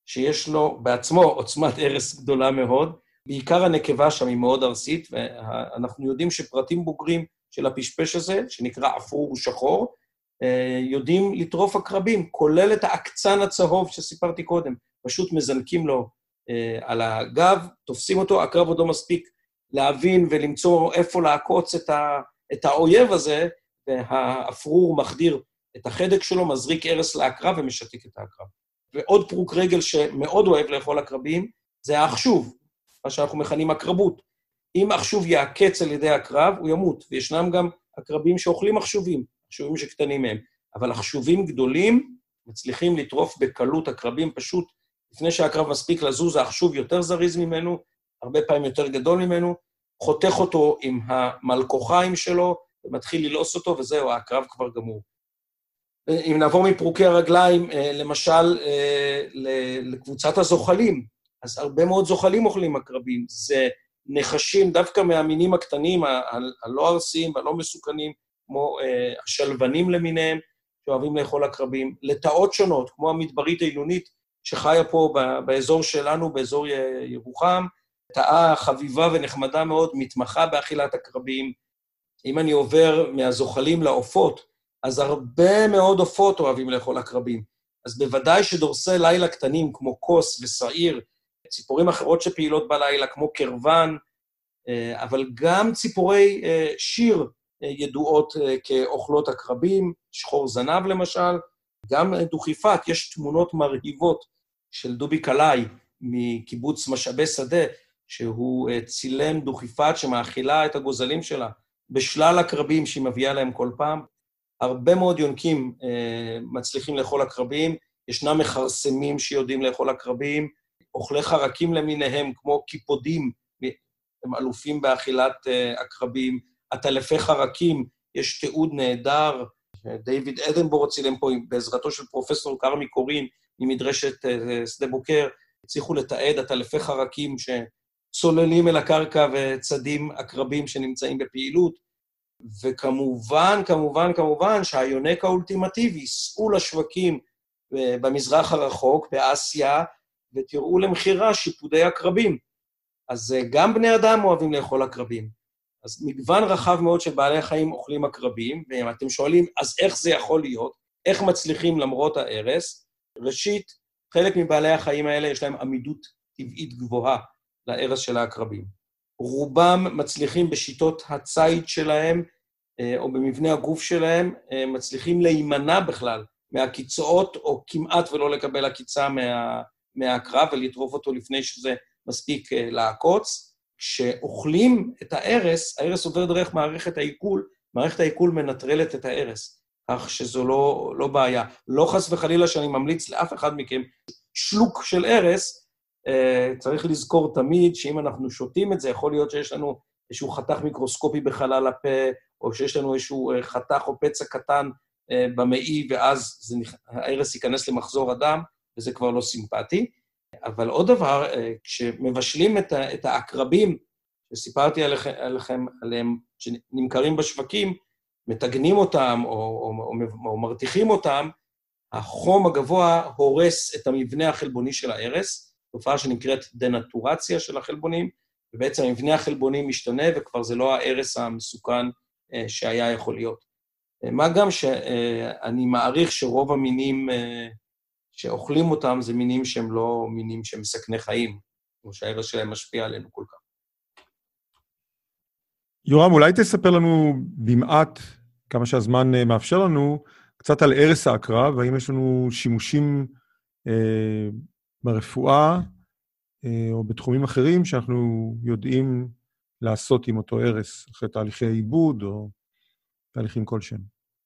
שיש לו בעצמו עוצמת הרס גדולה מאוד, בעיקר הנקבה שם היא מאוד ארסית, ואנחנו יודעים שפרטים בוגרים של הפשפש הזה, שנקרא אפרור שחור, יודעים לטרוף עקרבים, כולל את העקצן הצהוב שסיפרתי קודם, פשוט מזנקים לו על הגב, תופסים אותו, הקרב עוד לא מספיק להבין ולמצוא איפה לעקוץ את, ה, את האויב הזה, והאפרור מחדיר את החדק שלו, מזריק הרס לעקרב ומשתיק את העקרב. ועוד פרוק רגל שמאוד אוהב לאכול עקרבים, זה האחשוב, מה שאנחנו מכנים עקרבות. אם אחשוב יעקץ על ידי עקרב, הוא ימות, וישנם גם עקרבים שאוכלים אחשובים, אחשובים שקטנים מהם, אבל אחשובים גדולים מצליחים לטרוף בקלות עקרבים, פשוט לפני שהעקרב מספיק לזוז, האחשוב יותר זריז ממנו, הרבה פעמים יותר גדול ממנו, חותך אותו עם המלקוחיים שלו, ומתחיל ללעוס אותו, וזהו, העקרב כבר גמור. אם נעבור מפרוקי הרגליים, למשל, לקבוצת הזוחלים, אז הרבה מאוד זוחלים אוכלים עקרבים, זה נחשים דווקא מהמינים הקטנים, הלא ארסיים והלא מסוכנים, כמו השלבנים למיניהם, שאוהבים לאכול עקרבים, לטאות שונות, כמו המדברית העילונית, שחיה פה באזור שלנו, באזור ירוחם, טאה חביבה ונחמדה מאוד, מתמחה באכילת עקרבים. אם אני עובר מהזוחלים לעופות, אז הרבה מאוד עופות אוהבים לאכול עקרבים. אז בוודאי שדורסי לילה קטנים, כמו כוס וסעיר, ציפורים אחרות שפעילות בלילה, כמו קרוון, אבל גם ציפורי שיר ידועות כאוכלות עקרבים, שחור זנב למשל, גם דוכיפת, יש תמונות מרהיבות של דובי קלעי מקיבוץ משאבי שדה, שהוא צילם דוכיפת שמאכילה את הגוזלים שלה, בשלל עקרבים שהיא מביאה להם כל פעם. הרבה מאוד יונקים אה, מצליחים לאכול עקרבים, ישנם מחרסמים שיודעים לאכול עקרבים, אוכלי חרקים למיניהם, כמו קיפודים, הם אלופים באכילת אה, עקרבים, עטלפי חרקים, יש תיעוד נהדר, דיוויד אדנבורו צילם פה בעזרתו של פרופסור קרמי קורין, ממדרשת אה, שדה בוקר, הצליחו לתעד עטלפי חרקים שצוללים אל הקרקע וצדים עקרבים שנמצאים בפעילות, וכמובן, כמובן, כמובן, שהיונק האולטימטיבי ייסעו לשווקים במזרח הרחוק, באסיה, ותראו למחירה שיפודי עקרבים. אז גם בני אדם אוהבים לאכול עקרבים. אז מגוון רחב מאוד של בעלי החיים אוכלים עקרבים, ואם אתם שואלים, אז איך זה יכול להיות? איך מצליחים למרות ההרס? ראשית, חלק מבעלי החיים האלה יש להם עמידות טבעית גבוהה להרס של העקרבים. רובם מצליחים בשיטות הציד שלהם, או במבנה הגוף שלהם, מצליחים להימנע בכלל מהקיצות, או כמעט ולא לקבל הקיצה מה, מהעקרב, ולטרוף אותו לפני שזה מספיק לעקוץ. כשאוכלים את ההרס, ההרס עובר דרך מערכת העיכול, מערכת העיכול מנטרלת את ההרס, כך שזו לא, לא בעיה. לא חס וחלילה שאני ממליץ לאף אחד מכם, שלוק של הרס, צריך לזכור תמיד שאם אנחנו שותים את זה, יכול להיות שיש לנו איזשהו חתך מיקרוסקופי בחלל הפה, או שיש לנו איזשהו חתך או פצע קטן במעי, ואז זה, ההרס ייכנס למחזור הדם, וזה כבר לא סימפטי. אבל עוד דבר, כשמבשלים את, את העקרבים, שסיפרתי עליכם, עליכם, עליהם, שנמכרים בשווקים, מתגנים אותם או, או, או, או מרתיחים אותם, החום הגבוה הורס את המבנה החלבוני של ההרס, תופעה שנקראת דנטורציה של החלבונים, ובעצם המבנה החלבוני משתנה, וכבר זה לא ההרס המסוכן שהיה יכול להיות. מה גם שאני מעריך שרוב המינים שאוכלים אותם, זה מינים שהם לא מינים שהם מסכני חיים, כמו שההרס שלהם משפיע עלינו כל כך. יורם, אולי תספר לנו במעט, כמה שהזמן מאפשר לנו, קצת על הרס העקרב, והאם יש לנו שימושים אה, ברפואה, או בתחומים אחרים שאנחנו יודעים לעשות עם אותו הרס, אחרי תהליכי עיבוד או תהליכים כלשהם.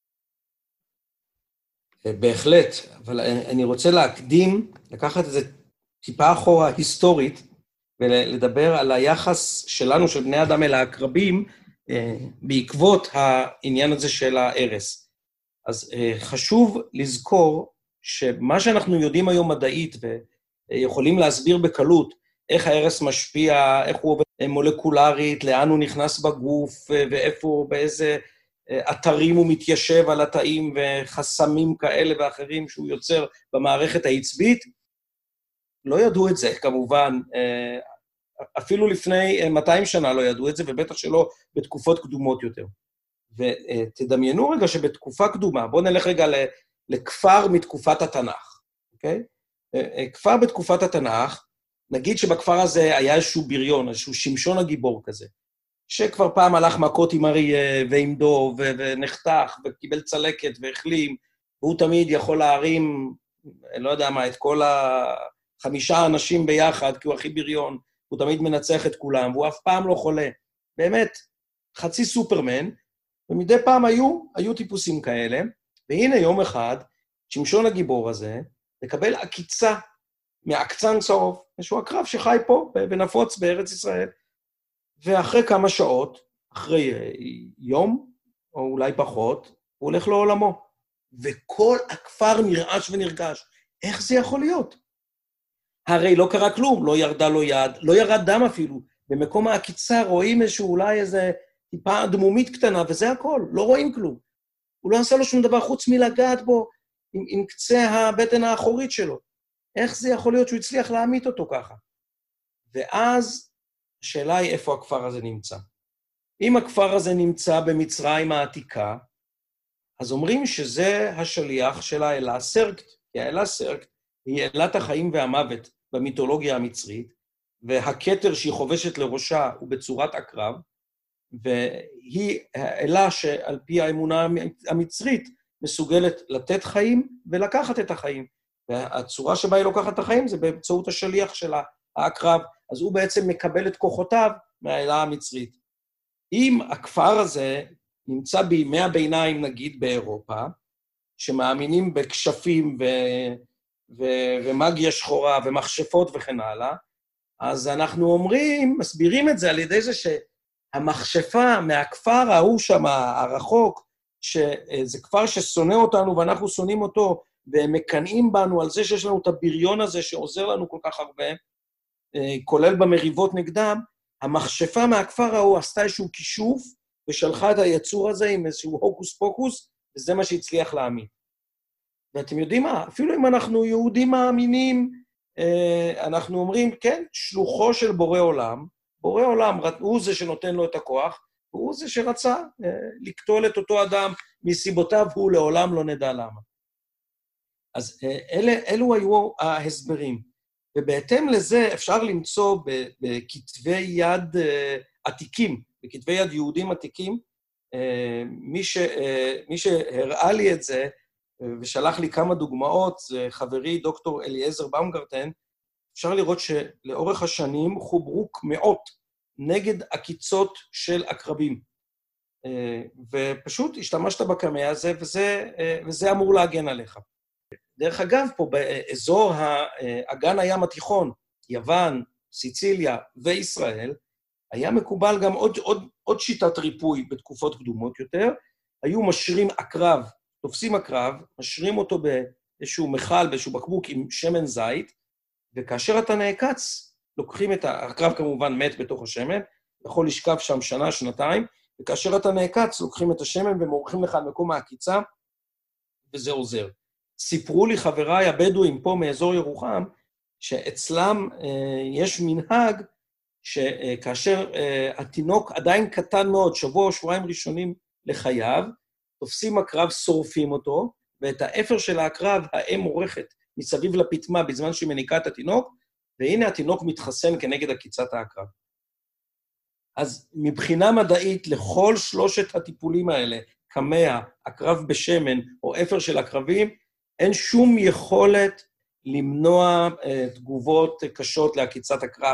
בהחלט, אבל אני רוצה להקדים, לקחת איזה טיפה אחורה היסטורית, ולדבר על היחס שלנו, של בני אדם אל העקרבים, בעקבות העניין הזה של ההרס. אז חשוב לזכור שמה שאנחנו יודעים היום מדעית, ויכולים להסביר בקלות איך ההרס משפיע, איך הוא עובד מולקולרית, לאן הוא נכנס בגוף, ואיפה, באיזה אתרים הוא מתיישב על התאים, וחסמים כאלה ואחרים שהוא יוצר במערכת העצבית, לא ידעו את זה, כמובן, אפילו לפני מאתיים שנה לא ידעו את זה, ובטח שלא בתקופות קדומות יותר. ותדמיינו רגע שבתקופה קדומה, בואו נלך רגע לכפר מתקופת התנ"ך, אוקיי? כפר בתקופת התנ"ך, נגיד שבכפר הזה היה איזשהו בריון, איזשהו שמשון הגיבור כזה, שכבר פעם הלך מכות עם אריה ועם דוב, ונחתך, וקיבל צלקת והחלים, והוא תמיד יכול להרים, לא יודע מה, את כל החמישה אנשים ביחד, כי הוא הכי בריון, הוא תמיד מנצח את כולם, והוא אף פעם לא חולה. באמת, חצי סופרמן, ומדי פעם היו, היו טיפוסים כאלה, והנה יום אחד, שמשון הגיבור הזה, לקבל עקיצה מעקצן צהוב, איזשהו הקרב שחי פה, ונפוץ בארץ ישראל, ואחרי כמה שעות, אחרי יום, או אולי פחות, הוא הולך לעולמו, וכל הכפר נרעש ונרגש. איך זה יכול להיות? הרי לא קרה כלום, לא ירדה לו יד, לא ירד דם אפילו. במקום העקיצה רואים איזשהו אולי איזה טיפה דמומית קטנה, וזה הכל, לא רואים כלום. הוא לא עשה לו שום דבר חוץ מלגעת בו עם, עם קצה הבטן האחורית שלו. איך זה יכול להיות שהוא הצליח להעמיד אותו ככה? ואז השאלה היא איפה הכפר הזה נמצא. אם הכפר הזה נמצא במצרים העתיקה, אז אומרים שזה השליח של האלה סרקט, כי האלה סרקט היא אלת החיים והמוות במיתולוגיה המצרית, והכתר שהיא חובשת לראשה הוא בצורת עקרב, והיא האלה שעל פי האמונה המצרית מסוגלת לתת חיים ולקחת את החיים. והצורה שבה היא לוקחת את החיים זה באמצעות השליח של העקרב, אז הוא בעצם מקבל את כוחותיו מהאלה המצרית. אם הכפר הזה נמצא בימי הביניים, נגיד באירופה, שמאמינים בכשפים ו... ו... ומגיה שחורה ומכשפות וכן הלאה, אז אנחנו אומרים, מסבירים את זה על ידי זה שהמכשפה מהכפר ההוא שם, הרחוק, שזה כפר ששונא אותנו ואנחנו שונאים אותו, והם מקנאים בנו על זה שיש לנו את הבריון הזה שעוזר לנו כל כך הרבה, כולל במריבות נגדם, המכשפה מהכפר ההוא עשתה איזשהו כישוף, ושלחה את היצור הזה עם איזשהו הוקוס פוקוס, וזה מה שהצליח להאמין. ואתם יודעים מה? אפילו אם אנחנו יהודים מאמינים, אנחנו אומרים, כן, שלוחו של בורא עולם, בורא עולם הוא זה שנותן לו את הכוח, והוא זה שרצה לקטול את אותו אדם מסיבותיו, הוא לעולם לא נדע למה. אז אלה, אלו היו ההסברים. ובהתאם לזה אפשר למצוא בכתבי יד עתיקים, בכתבי יד יהודים עתיקים, מי, ש, מי שהראה לי את זה, ושלח לי כמה דוגמאות, זה חברי דוקטור אליעזר באומגרטן, אפשר לראות שלאורך השנים חוברו מאות נגד עקיצות של עקרבים. ופשוט השתמשת בקמע הזה, וזה, וזה אמור להגן עליך. דרך אגב, פה באזור האגן הים התיכון, יוון, סיציליה וישראל, היה מקובל גם עוד, עוד, עוד שיטת ריפוי בתקופות קדומות יותר, היו משרים עקרב, תופסים עקרב, משרים אותו באיזשהו מחל, באיזשהו בקבוק עם שמן זית, וכאשר אתה נעקץ, לוקחים את העקרב כמובן מת בתוך השמן, יכול לשכב שם שנה, שנתיים, וכאשר אתה נעקץ, לוקחים את השמן ומורחים לך על מקום העקיצה, וזה עוזר. סיפרו לי חבריי הבדואים פה מאזור ירוחם, שאצלם אה, יש מנהג שכאשר אה, התינוק עדיין קטן מאוד, שבוע או שבועיים ראשונים לחייו, תופסים עקרב, שורפים אותו, ואת האפר של העקרב האם עורכת מסביב לפטמה בזמן שהיא מניקה את התינוק, והנה התינוק מתחסן כנגד עקיצת העקרב. אז מבחינה מדעית, לכל שלושת הטיפולים האלה, קמע, עקרב בשמן או אפר של עקרבים, אין שום יכולת למנוע uh, תגובות קשות לעקיצת עקרב.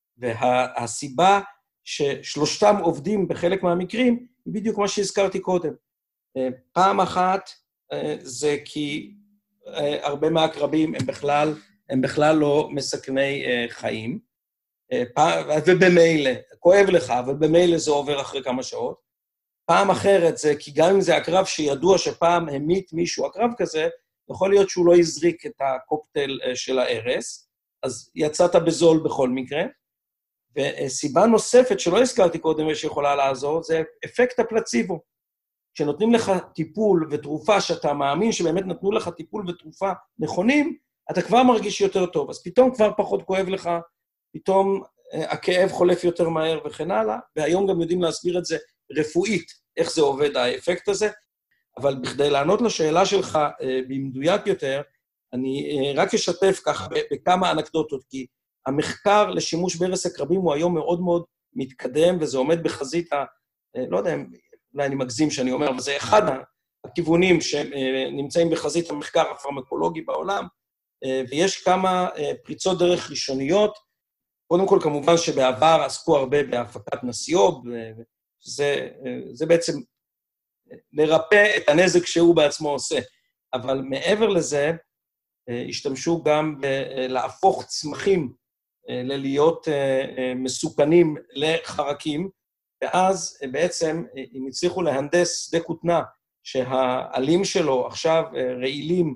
והסיבה ששלושתם עובדים בחלק מהמקרים, היא בדיוק מה שהזכרתי קודם. Uh, פעם אחת uh, זה כי uh, הרבה מהעקרבים הם בכלל, הם בכלל לא מסכני uh, חיים, uh, פעם, ובמילא, כואב לך, אבל במילא זה עובר אחרי כמה שעות. פעם אחרת זה כי גם אם זה עקרב שידוע שפעם המית מישהו עקרב כזה, יכול להיות שהוא לא יזריק את הקוקטייל של הארס, אז יצאת בזול בכל מקרה. וסיבה נוספת שלא הזכרתי קודם ושיכולה לעזור, זה אפקט הפלציבו. כשנותנים לך טיפול ותרופה שאתה מאמין שבאמת נתנו לך טיפול ותרופה נכונים, אתה כבר מרגיש יותר טוב, אז פתאום כבר פחות כואב לך, פתאום הכאב חולף יותר מהר וכן הלאה, והיום גם יודעים להסביר את זה רפואית, איך זה עובד האפקט הזה, אבל בכדי לענות לשאלה שלך במדויק יותר, אני רק אשתף ככה בכמה אנקדוטות, כי המחקר לשימוש בהרס עקרבים הוא היום מאוד מאוד מתקדם, וזה עומד בחזית ה... לא יודע, אולי אני מגזים שאני אומר, אבל זה אחד הכיוונים שנמצאים בחזית המחקר הפרמקולוגי בעולם, ויש כמה פריצות דרך ראשוניות. קודם כל, כמובן שבעבר עסקו הרבה בהפקת נסיוב, שזה זה בעצם לרפא את הנזק שהוא בעצמו עושה. אבל מעבר לזה, השתמשו גם להפוך צמחים ללהיות מסוכנים לחרקים, ואז בעצם הם הצליחו להנדס שדה כותנה, שהעלים שלו עכשיו רעילים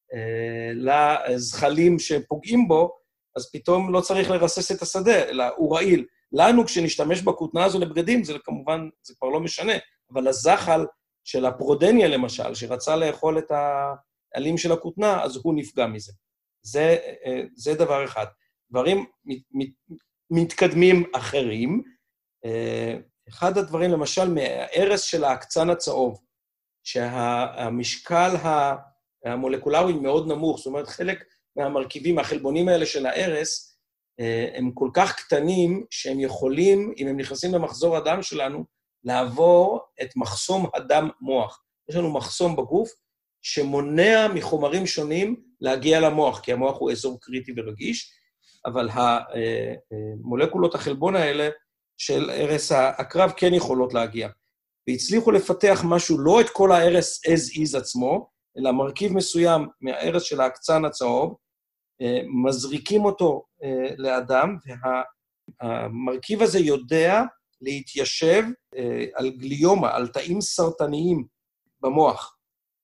לזחלים שפוגעים בו, אז פתאום לא צריך לרסס את השדה, אלא הוא רעיל. לנו, כשנשתמש בכותנה הזו לבגדים, זה כמובן, זה כבר לא משנה, אבל הזחל של הפרודניה, למשל, שרצה לאכול את העלים של הכותנה, אז הוא נפגע מזה. זה, זה דבר אחד. דברים מתקדמים אחרים, אחד הדברים, למשל, מהערס של ההקצן הצהוב, שהמשקל המולקולרי מאוד נמוך, זאת אומרת, חלק מהמרכיבים, החלבונים האלה של הערס, הם כל כך קטנים שהם יכולים, אם הם נכנסים למחזור הדם שלנו, לעבור את מחסום הדם מוח. יש לנו מחסום בגוף שמונע מחומרים שונים להגיע למוח, כי המוח הוא אזור קריטי ורגיש, אבל המולקולות החלבון האלה של ערס העקרב כן יכולות להגיע. והצליחו לפתח משהו, לא את כל הערס as is עצמו, אלא מרכיב מסוים מהערס של ההקצן הצהוב, מזריקים אותו לאדם, והמרכיב הזה יודע להתיישב על גליומה, על תאים סרטניים במוח,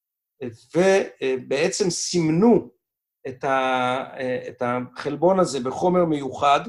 ובעצם סימנו את החלבון הזה בחומר מיוחד,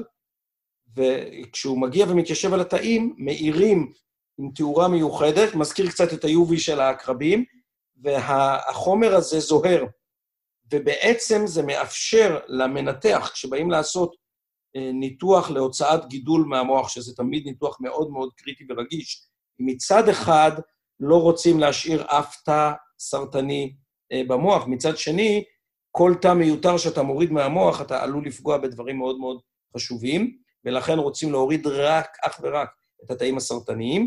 וכשהוא מגיע ומתיישב על התאים, מאירים עם תאורה מיוחדת, מזכיר קצת את ה-יו וי של העקרבים, והחומר הזה זוהר, ובעצם זה מאפשר למנתח, כשבאים לעשות ניתוח להוצאת גידול מהמוח, שזה תמיד ניתוח מאוד מאוד קריטי ורגיש, מצד אחד לא רוצים להשאיר אף תא סרטני במוח, מצד שני, כל תא מיותר שאתה מוריד מהמוח, אתה עלול לפגוע בדברים מאוד מאוד חשובים, ולכן רוצים להוריד רק, אך ורק, את התאים הסרטניים,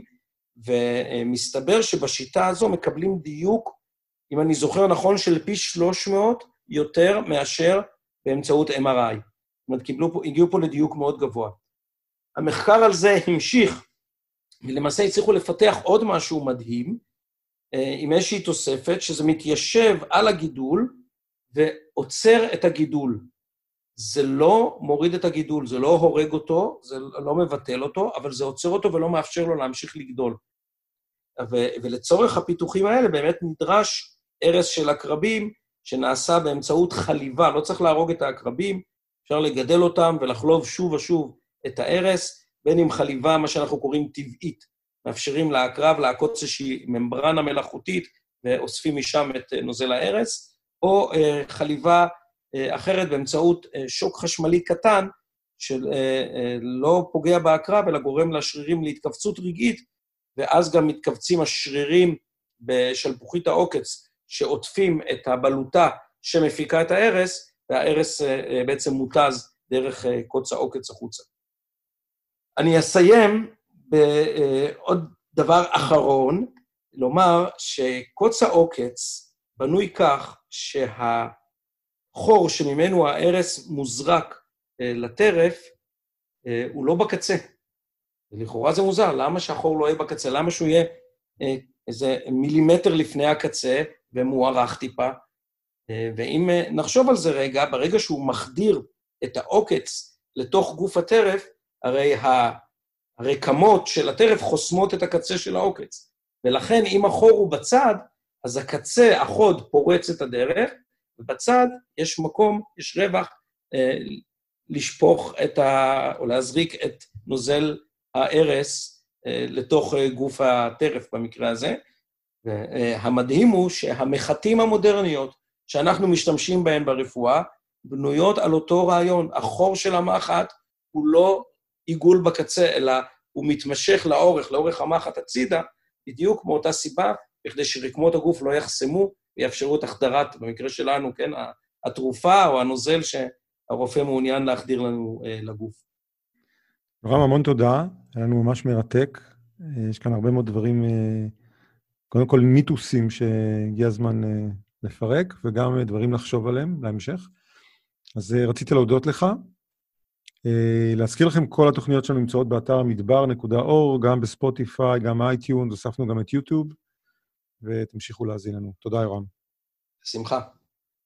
ומסתבר שבשיטה הזו מקבלים דיוק, אם אני זוכר נכון, של פי שלוש מאות יותר מאשר באמצעות אם אר איי. זאת אומרת, קיבלו, הגיעו פה לדיוק מאוד גבוה. המחקר על זה המשיך, ולמעשה הצליחו לפתח עוד משהו מדהים, עם איזושהי תוספת, שזה מתיישב על הגידול, ועוצר את הגידול. זה לא מוריד את הגידול, זה לא הורג אותו, זה לא מבטל אותו, אבל זה עוצר אותו ולא מאפשר לו להמשיך לגדול. ו- ולצורך הפיתוחים האלה באמת נדרש ערס של עקרבים, שנעשה באמצעות חליבה, לא צריך להרוג את העקרבים, אפשר לגדל אותם ולחלוב שוב ושוב את הערס, בין עם חליבה, מה שאנחנו קוראים טבעית, מאפשרים לעקרב לעקוץ איזושהי ממברנה מלאכותית, ואוספים משם את נוזל הערס, או חליבה אחרת באמצעות שוק חשמלי קטן, שלא פוגע בעקרב, אלא גורם לשרירים להתכווצות רגעית, ואז גם מתכווצים השרירים בשלפוחית העוקץ, שעוטפים את הבלוטה שמפיקה את הערס, והערס בעצם מותז דרך קוץ העוקץ החוצה. אני אסיים בעוד דבר אחרון, לומר שקוץ העוקץ בנוי כך שהחור שממנו הערס מוזרק לטרף, הוא לא בקצה. לכאורה זה מוזר, למה שהחור לא יהיה בקצה? למה שהוא יהיה איזה מילימטר לפני הקצה ומוארך טיפה? ואם נחשוב על זה רגע, ברגע שהוא מחדיר את העוקץ לתוך גוף הטרף, הרי הרקמות של הטרף חוסמות את הקצה של העוקץ. ולכן אם החור הוא בצד, אז הקצה, החוד, פורץ את הדרך, ובצד יש מקום, יש רווח, אה, לשפוך את ה... או להזריק את נוזל הערס אה, לתוך אה, גוף הטרף במקרה הזה. והמדהים הוא שהמחטים המודרניות שאנחנו משתמשים בהן ברפואה, בנויות על אותו רעיון. החור של המחט הוא לא עיגול בקצה, אלא הוא מתמשך לאורך, לאורך המחט הצידה, בדיוק מאותה סיבה, בכדי שרקמות הגוף לא יחסמו, ויאפשרו את החדרת, במקרה שלנו, כן, התרופה או הנוזל שהרופא מעוניין להחדיר לנו אה, לגוף. יורם, המון תודה, היה לנו ממש מרתק, יש כאן הרבה מאוד דברים, אה, קודם כל מיתוסים שהגיע הזמן אה, לפרק, וגם דברים לחשוב עליהם בהמשך. אז אה, רציתי להודות לך, אה, להזכיר לכם כל התוכניות שלנו נמצאות באתר מדבר נקודה אורג, גם בספוטיפיי, גם אייטיונס, הוספנו גם את יוטיוב, ותמשיכו להזין לנו. תודה, יורם. שמחה.